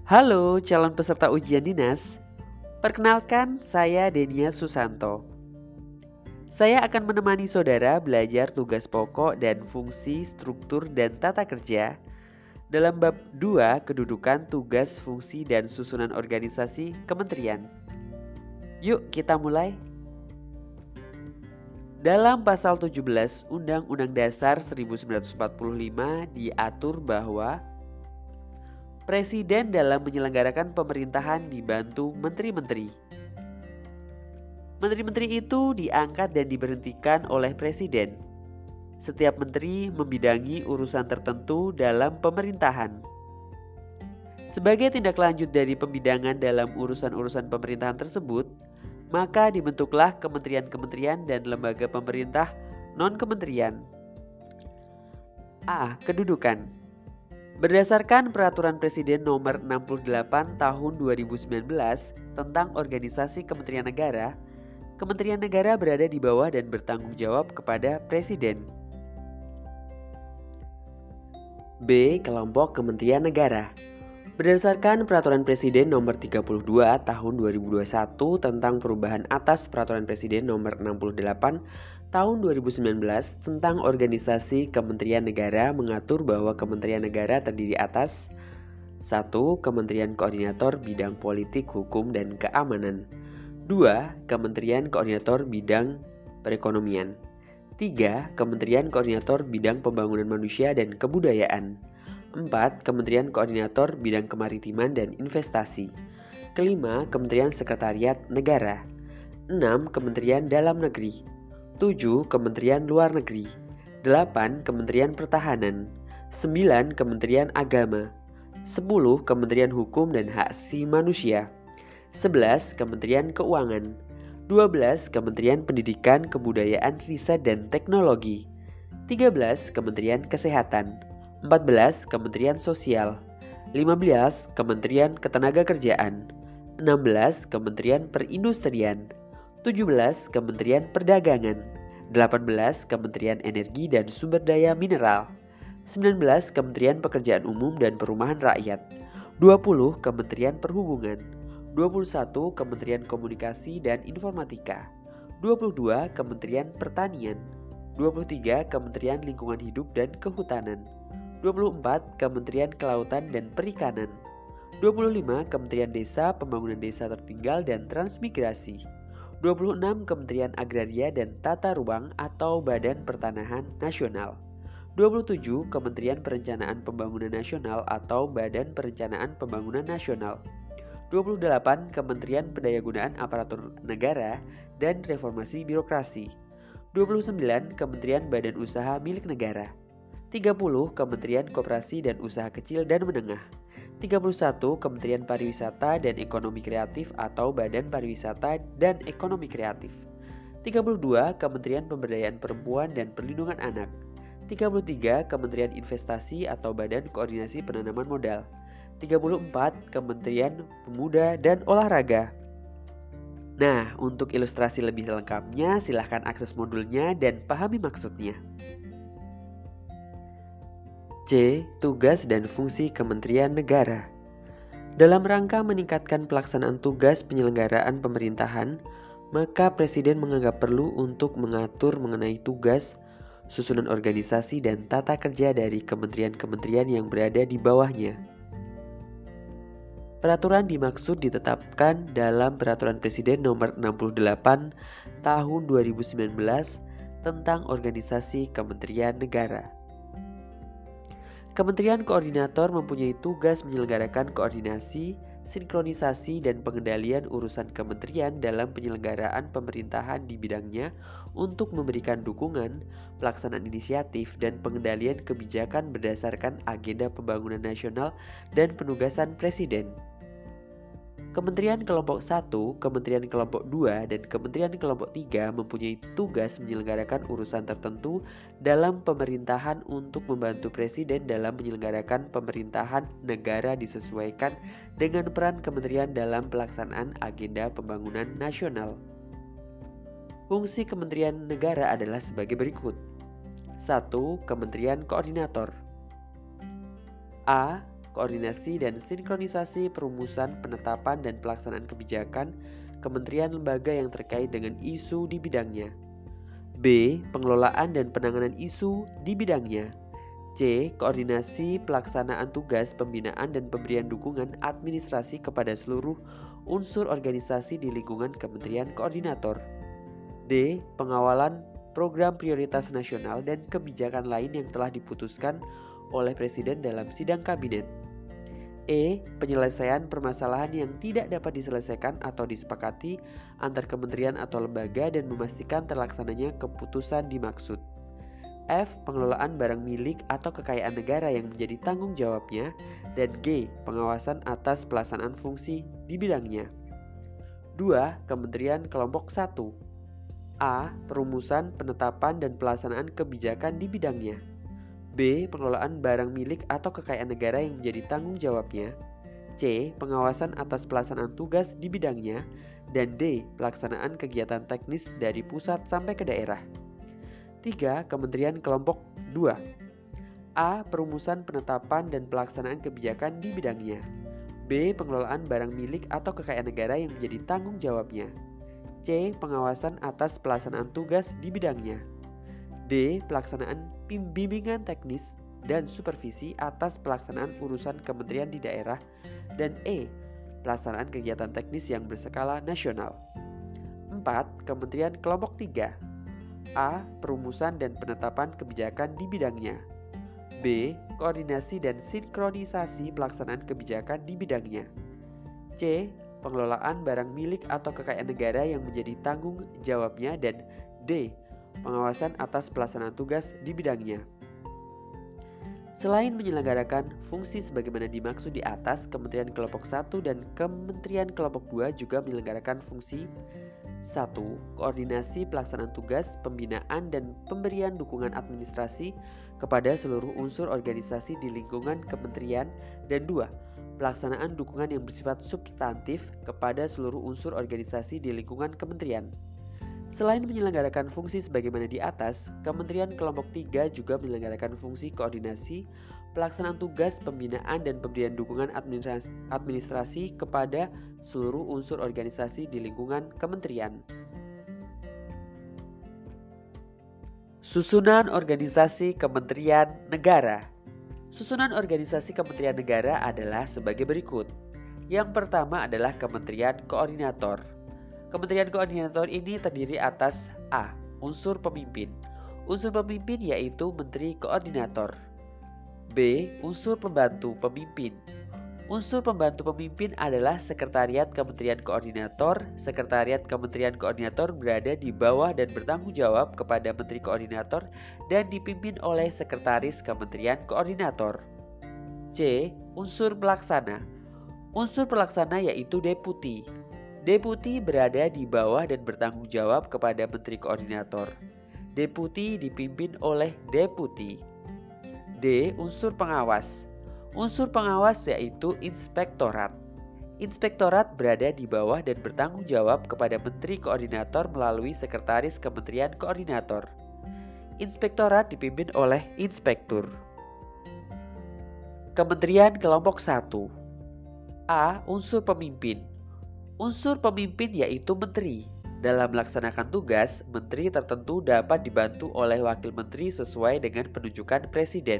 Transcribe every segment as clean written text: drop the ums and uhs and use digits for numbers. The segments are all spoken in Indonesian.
Halo calon peserta ujian dinas, perkenalkan saya Denia Susanto. Saya akan menemani saudara belajar tugas pokok dan fungsi, struktur, dan tata kerja dalam bab 2 kedudukan, tugas, fungsi, dan susunan organisasi kementerian. Yuk kita mulai. Dalam pasal 17 Undang-Undang Dasar 1945 diatur bahwa Presiden dalam menyelenggarakan pemerintahan dibantu menteri-menteri. Menteri-menteri itu diangkat dan diberhentikan oleh Presiden. Setiap menteri membidangi urusan tertentu dalam pemerintahan. Sebagai tindak lanjut dari pembidangan dalam urusan-urusan pemerintahan tersebut, maka dibentuklah kementerian-kementerian dan lembaga pemerintah non-kementerian. A. Kedudukan. Berdasarkan Peraturan Presiden Nomor 68 Tahun 2019 tentang Organisasi Kementerian Negara, Kementerian Negara berada di bawah dan bertanggung jawab kepada Presiden. B. Kelompok Kementerian Negara. Berdasarkan Peraturan Presiden Nomor 32 Tahun 2021 tentang perubahan atas Peraturan Presiden Nomor 68 Tahun 2019 tentang Organisasi Kementerian Negara mengatur bahwa Kementerian Negara terdiri atas 1. Kementerian Koordinator Bidang Politik, Hukum, dan Keamanan. 2. Kementerian Koordinator Bidang Perekonomian. 3. Kementerian Koordinator Bidang Pembangunan Manusia dan Kebudayaan. 4. Kementerian Koordinator Bidang Kemaritiman dan Investasi. Kelima, Kementerian Sekretariat Negara. 6. Kementerian Dalam Negeri. 7. Kementerian Luar Negeri. 8. Kementerian Pertahanan. 9. Kementerian Agama. 10. Kementerian Hukum dan Hak Asasi Manusia. 11. Kementerian Keuangan. 12. Kementerian Pendidikan, Kebudayaan, Riset dan Teknologi. 13. Kementerian Kesehatan. 14. Kementerian Sosial. 15. Kementerian Ketenagakerjaan. 16. Kementerian Perindustrian. 17. Kementerian Perdagangan. 18. Kementerian Energi dan Sumber Daya Mineral. 19. Kementerian Pekerjaan Umum dan Perumahan Rakyat. 20. Kementerian Perhubungan. 21. Kementerian Komunikasi dan Informatika. 22. Kementerian Pertanian. 23. Kementerian Lingkungan Hidup dan Kehutanan. 24. Kementerian Kelautan dan Perikanan. 25. Kementerian Desa, Pembangunan Desa Tertinggal dan Transmigrasi. 26. Kementerian Agraria dan Tata Ruang atau Badan Pertanahan Nasional. 27. Kementerian Perencanaan Pembangunan Nasional atau Badan Perencanaan Pembangunan Nasional. 28. Kementerian Pendayagunaan Aparatur Negara dan Reformasi Birokrasi. 29. Kementerian Badan Usaha Milik Negara. 30. Kementerian Koperasi dan Usaha Kecil dan Menengah. 31. Kementerian Pariwisata dan Ekonomi Kreatif atau Badan Pariwisata dan Ekonomi Kreatif. 32. Kementerian Pemberdayaan Perempuan dan Perlindungan Anak. 33. Kementerian Investasi atau Badan Koordinasi Penanaman Modal. 34. Kementerian Pemuda dan Olahraga. Nah, untuk ilustrasi lebih lengkapnya silahkan akses modulnya dan pahami maksudnya. C. Tugas dan fungsi Kementerian Negara. Dalam rangka meningkatkan pelaksanaan tugas penyelenggaraan pemerintahan, maka Presiden menganggap perlu untuk mengatur mengenai tugas, susunan organisasi dan tata kerja dari kementerian-kementerian yang berada di bawahnya. Peraturan dimaksud ditetapkan dalam Peraturan Presiden Nomor 68 Tahun 2019 tentang Organisasi Kementerian Negara. Kementerian Koordinator mempunyai tugas menyelenggarakan koordinasi, sinkronisasi, dan pengendalian urusan kementerian dalam penyelenggaraan pemerintahan di bidangnya untuk memberikan dukungan, pelaksanaan inisiatif, dan pengendalian kebijakan berdasarkan agenda pembangunan nasional dan penugasan Presiden. Kementerian Kelompok 1, Kementerian Kelompok 2, dan Kementerian Kelompok 3 mempunyai tugas menyelenggarakan urusan tertentu dalam pemerintahan untuk membantu Presiden dalam menyelenggarakan pemerintahan negara disesuaikan dengan peran kementerian dalam pelaksanaan agenda pembangunan nasional. Fungsi Kementerian Negara adalah sebagai berikut. 1. Kementerian Koordinator. A. koordinasi dan sinkronisasi perumusan, penetapan, dan pelaksanaan kebijakan kementerian lembaga yang terkait dengan isu di bidangnya. B. Pengelolaan dan penanganan isu di bidangnya. C. Koordinasi pelaksanaan tugas pembinaan dan pemberian dukungan administrasi kepada seluruh unsur organisasi di lingkungan kementerian koordinator. D. Pengawalan program prioritas nasional dan kebijakan lain yang telah diputuskan oleh Presiden dalam sidang kabinet. E. Penyelesaian permasalahan yang tidak dapat diselesaikan atau disepakati antar kementerian atau lembaga dan memastikan terlaksananya keputusan dimaksud. F. Pengelolaan barang milik atau kekayaan negara yang menjadi tanggung jawabnya. Dan G. Pengawasan atas pelaksanaan fungsi di bidangnya. 2. Kementerian Kelompok 1. A. Perumusan, penetapan, dan pelaksanaan kebijakan di bidangnya. B. Pengelolaan barang milik atau kekayaan negara yang menjadi tanggung jawabnya. C. Pengawasan atas pelaksanaan tugas di bidangnya. Dan D. Pelaksanaan kegiatan teknis dari pusat sampai ke daerah. 3. Kementerian Kelompok 2. A. Perumusan, penetapan, dan pelaksanaan kebijakan di bidangnya. B. Pengelolaan barang milik atau kekayaan negara yang menjadi tanggung jawabnya. C. Pengawasan atas pelaksanaan tugas di bidangnya. D. Pelaksanaan bimbingan teknis dan supervisi atas pelaksanaan urusan kementerian di daerah. Dan E. Pelaksanaan kegiatan teknis yang berskala nasional. 4. Kementerian Kelompok 3. A. Perumusan dan penetapan kebijakan di bidangnya. B. Koordinasi dan sinkronisasi pelaksanaan kebijakan di bidangnya. C. Pengelolaan barang milik atau kekayaan negara yang menjadi tanggung jawabnya. Dan D. Pengawasan atas pelaksanaan tugas di bidangnya. Selain menyelenggarakan fungsi sebagaimana dimaksud di atas, Kementerian Kelompok 1 dan Kementerian Kelompok 2 juga menyelenggarakan fungsi 1. Koordinasi pelaksanaan tugas, pembinaan, dan pemberian dukungan administrasi kepada seluruh unsur organisasi di lingkungan kementerian. Dan 2. Pelaksanaan dukungan yang bersifat substantif kepada seluruh unsur organisasi di lingkungan kementerian. Selain menyelenggarakan fungsi sebagaimana di atas, Kementerian Kelompok 3 juga menyelenggarakan fungsi koordinasi, pelaksanaan tugas, pembinaan, dan pemberian dukungan administrasi kepada seluruh unsur organisasi di lingkungan kementerian. Susunan organisasi Kementerian Negara. Susunan organisasi Kementerian Negara adalah sebagai berikut. Yang pertama adalah Kementerian Koordinator. Kementerian Koordinator ini terdiri atas A. Unsur pemimpin. Unsur pemimpin yaitu Menteri Koordinator. B. Unsur pembantu pemimpin. Unsur pembantu pemimpin adalah Sekretariat Kementerian Koordinator. Sekretariat Kementerian Koordinator berada di bawah dan bertanggung jawab kepada Menteri Koordinator dan dipimpin oleh Sekretaris Kementerian Koordinator. C. Unsur pelaksana. Unsur pelaksana yaitu Deputi. Deputi berada di bawah dan bertanggung jawab kepada Menteri Koordinator. Deputi dipimpin oleh Deputi. D. Unsur pengawas. Unsur pengawas yaitu Inspektorat. Inspektorat berada di bawah dan bertanggung jawab kepada Menteri Koordinator melalui Sekretaris Kementerian Koordinator. Inspektorat dipimpin oleh Inspektur. Kementerian Kelompok 1. A. Unsur pemimpin. Unsur pemimpin yaitu Menteri. Dalam melaksanakan tugas, menteri tertentu dapat dibantu oleh wakil menteri sesuai dengan penunjukan Presiden.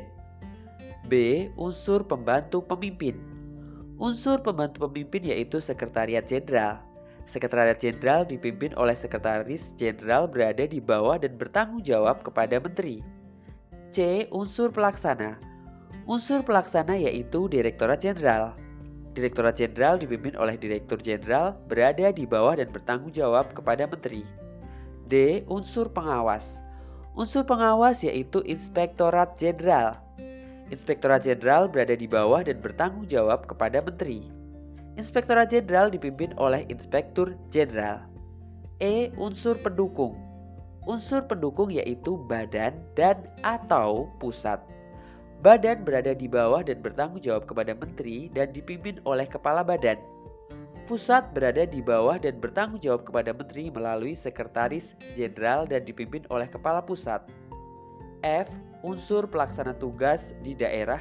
B. Unsur pembantu pemimpin. Unsur pembantu pemimpin yaitu Sekretariat Jenderal. Sekretariat Jenderal dipimpin oleh Sekretaris Jenderal berada di bawah dan bertanggung jawab kepada menteri. C. Unsur pelaksana. Unsur pelaksana yaitu Direktorat Jenderal. Direktorat Jenderal dipimpin oleh Direktur Jenderal berada di bawah dan bertanggung jawab kepada menteri. D. Unsur pengawas. Unsur pengawas yaitu Inspektorat Jenderal. Inspektorat Jenderal berada di bawah dan bertanggung jawab kepada menteri. Inspektorat Jenderal dipimpin oleh Inspektur Jenderal. E. Unsur pendukung. Unsur pendukung yaitu badan dan atau pusat. Badan berada di bawah dan bertanggung jawab kepada menteri dan dipimpin oleh kepala badan. Pusat berada di bawah dan bertanggung jawab kepada menteri melalui Sekretaris Jenderal dan dipimpin oleh kepala pusat. F. Unsur pelaksana tugas di daerah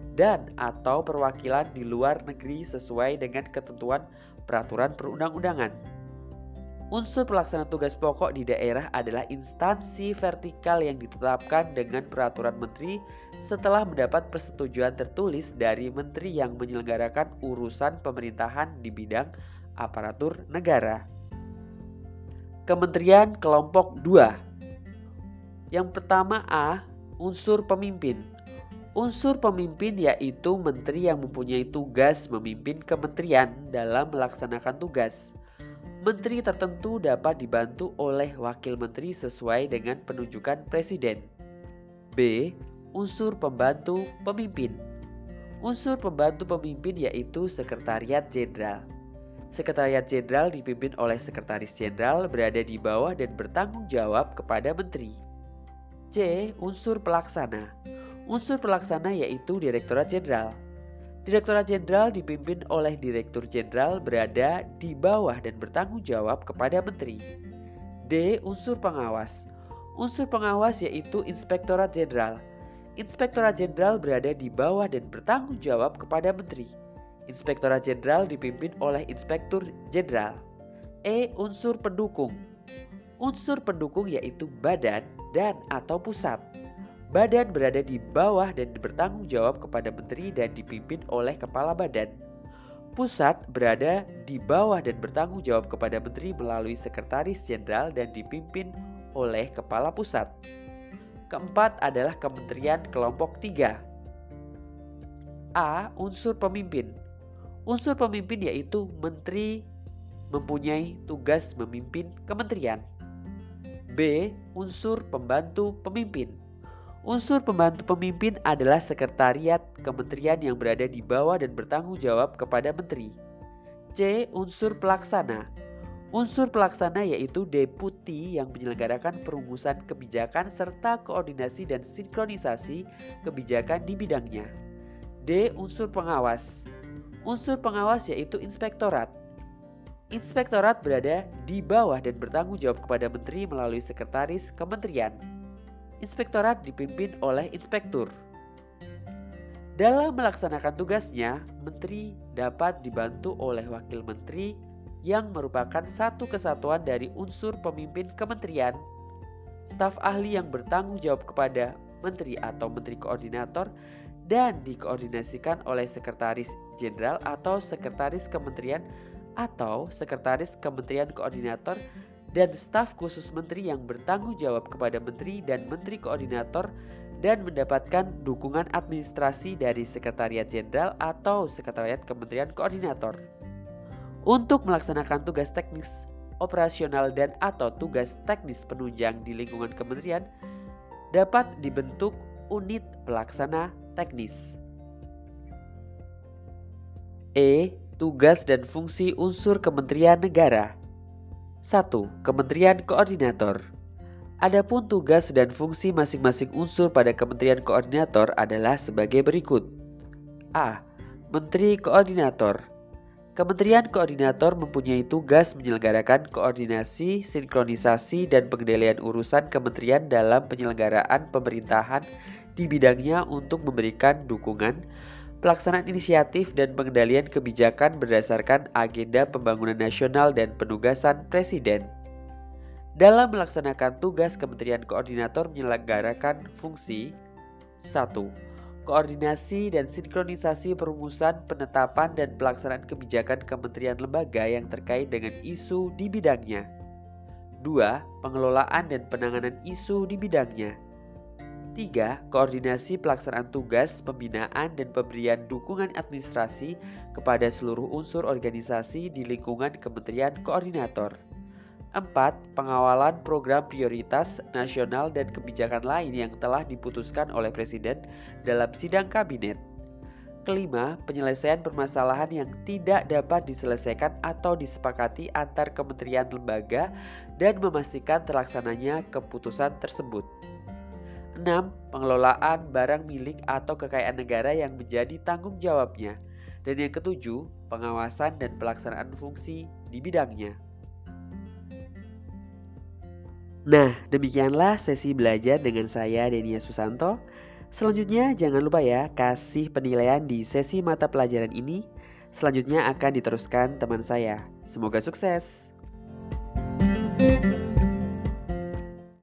dan atau perwakilan di luar negeri sesuai dengan ketentuan peraturan perundang-undangan. Unsur pelaksana tugas pokok di daerah adalah instansi vertikal yang ditetapkan dengan peraturan menteri setelah mendapat persetujuan tertulis dari menteri yang menyelenggarakan urusan pemerintahan di bidang aparatur negara. Kementerian kelompok 2. Yang pertama A. Unsur pemimpin. Unsur pemimpin yaitu menteri yang mempunyai tugas memimpin kementerian dalam melaksanakan tugas. Menteri tertentu dapat dibantu oleh wakil menteri sesuai dengan penunjukan presiden. B. Unsur pembantu pemimpin. Unsur pembantu pemimpin yaitu Sekretariat Jenderal. Sekretariat Jenderal dipimpin oleh Sekretaris Jenderal, berada di bawah dan bertanggung jawab kepada menteri. C. Unsur pelaksana. Unsur pelaksana yaitu Direktorat Jenderal. Direktorat Jenderal dipimpin oleh Direktur Jenderal, berada di bawah dan bertanggung jawab kepada menteri. D. Unsur pengawas. Unsur pengawas yaitu Inspektorat Jenderal. Inspektorat Jenderal berada di bawah dan bertanggung jawab kepada menteri. Inspektorat Jenderal dipimpin oleh Inspektur Jenderal. E. Unsur pendukung. Unsur pendukung yaitu badan dan atau pusat. Badan berada di bawah dan bertanggung jawab kepada menteri dan dipimpin oleh kepala badan. Pusat berada di bawah dan bertanggung jawab kepada menteri melalui Sekretaris Jenderal dan dipimpin oleh kepala pusat. Keempat adalah Kementerian Kelompok 3. A. Unsur pemimpin. Unsur pemimpin yaitu menteri mempunyai tugas memimpin kementerian. B. Unsur pembantu pemimpin. Unsur pembantu pemimpin adalah sekretariat kementerian yang berada di bawah dan bertanggung jawab kepada menteri. C. Unsur pelaksana. Unsur pelaksana yaitu deputi yang menyelenggarakan perumusan kebijakan serta koordinasi dan sinkronisasi kebijakan di bidangnya. D. Unsur pengawas. Unsur pengawas yaitu inspektorat. Inspektorat berada di bawah dan bertanggung jawab kepada menteri melalui sekretaris kementerian. Inspektorat dipimpin oleh inspektur. Dalam melaksanakan tugasnya, menteri dapat dibantu oleh wakil menteri yang merupakan satu kesatuan dari unsur pemimpin kementerian, staf ahli yang bertanggung jawab kepada menteri atau menteri koordinator, dan dikoordinasikan oleh sekretaris jenderal atau sekretaris kementerian atau sekretaris kementerian koordinator, dan staf khusus menteri yang bertanggung jawab kepada menteri dan menteri koordinator dan mendapatkan dukungan administrasi dari sekretariat jenderal atau sekretariat kementerian koordinator. Untuk melaksanakan tugas teknis, operasional dan atau tugas teknis penunjang di lingkungan kementerian dapat dibentuk unit pelaksana teknis. E. Tugas dan fungsi unsur Kementerian Negara. 1. Kementerian Koordinator. Adapun tugas dan fungsi masing-masing unsur pada Kementerian Koordinator adalah sebagai berikut. A. Menteri Koordinator. Kementerian Koordinator mempunyai tugas menyelenggarakan koordinasi, sinkronisasi, dan pengendalian urusan kementerian dalam penyelenggaraan pemerintahan di bidangnya untuk memberikan dukungan, pelaksanaan inisiatif dan pengendalian kebijakan berdasarkan agenda pembangunan nasional dan penugasan Presiden. Dalam melaksanakan tugas, Kementerian Koordinator menyelenggarakan fungsi 1. Koordinasi dan sinkronisasi perumusan, penetapan, dan pelaksanaan kebijakan kementerian lembaga yang terkait dengan isu di bidangnya. 2. Pengelolaan dan penanganan isu di bidangnya. 3. Koordinasi pelaksanaan tugas, pembinaan, dan pemberian dukungan administrasi kepada seluruh unsur organisasi di lingkungan Kementerian Koordinator. 4. Pengawalan program prioritas nasional dan kebijakan lain yang telah diputuskan oleh Presiden dalam sidang kabinet. 5. Penyelesaian permasalahan yang tidak dapat diselesaikan atau disepakati antar kementerian lembaga dan memastikan terlaksananya keputusan tersebut. 6. Pengelolaan barang milik atau kekayaan negara yang menjadi tanggung jawabnya. Dan yang ketujuh, pengawasan dan pelaksanaan fungsi di bidangnya. Nah, demikianlah sesi belajar dengan saya Denia Susanto. Selanjutnya jangan lupa ya kasih penilaian di sesi mata pelajaran ini. Selanjutnya akan diteruskan teman saya. Semoga sukses.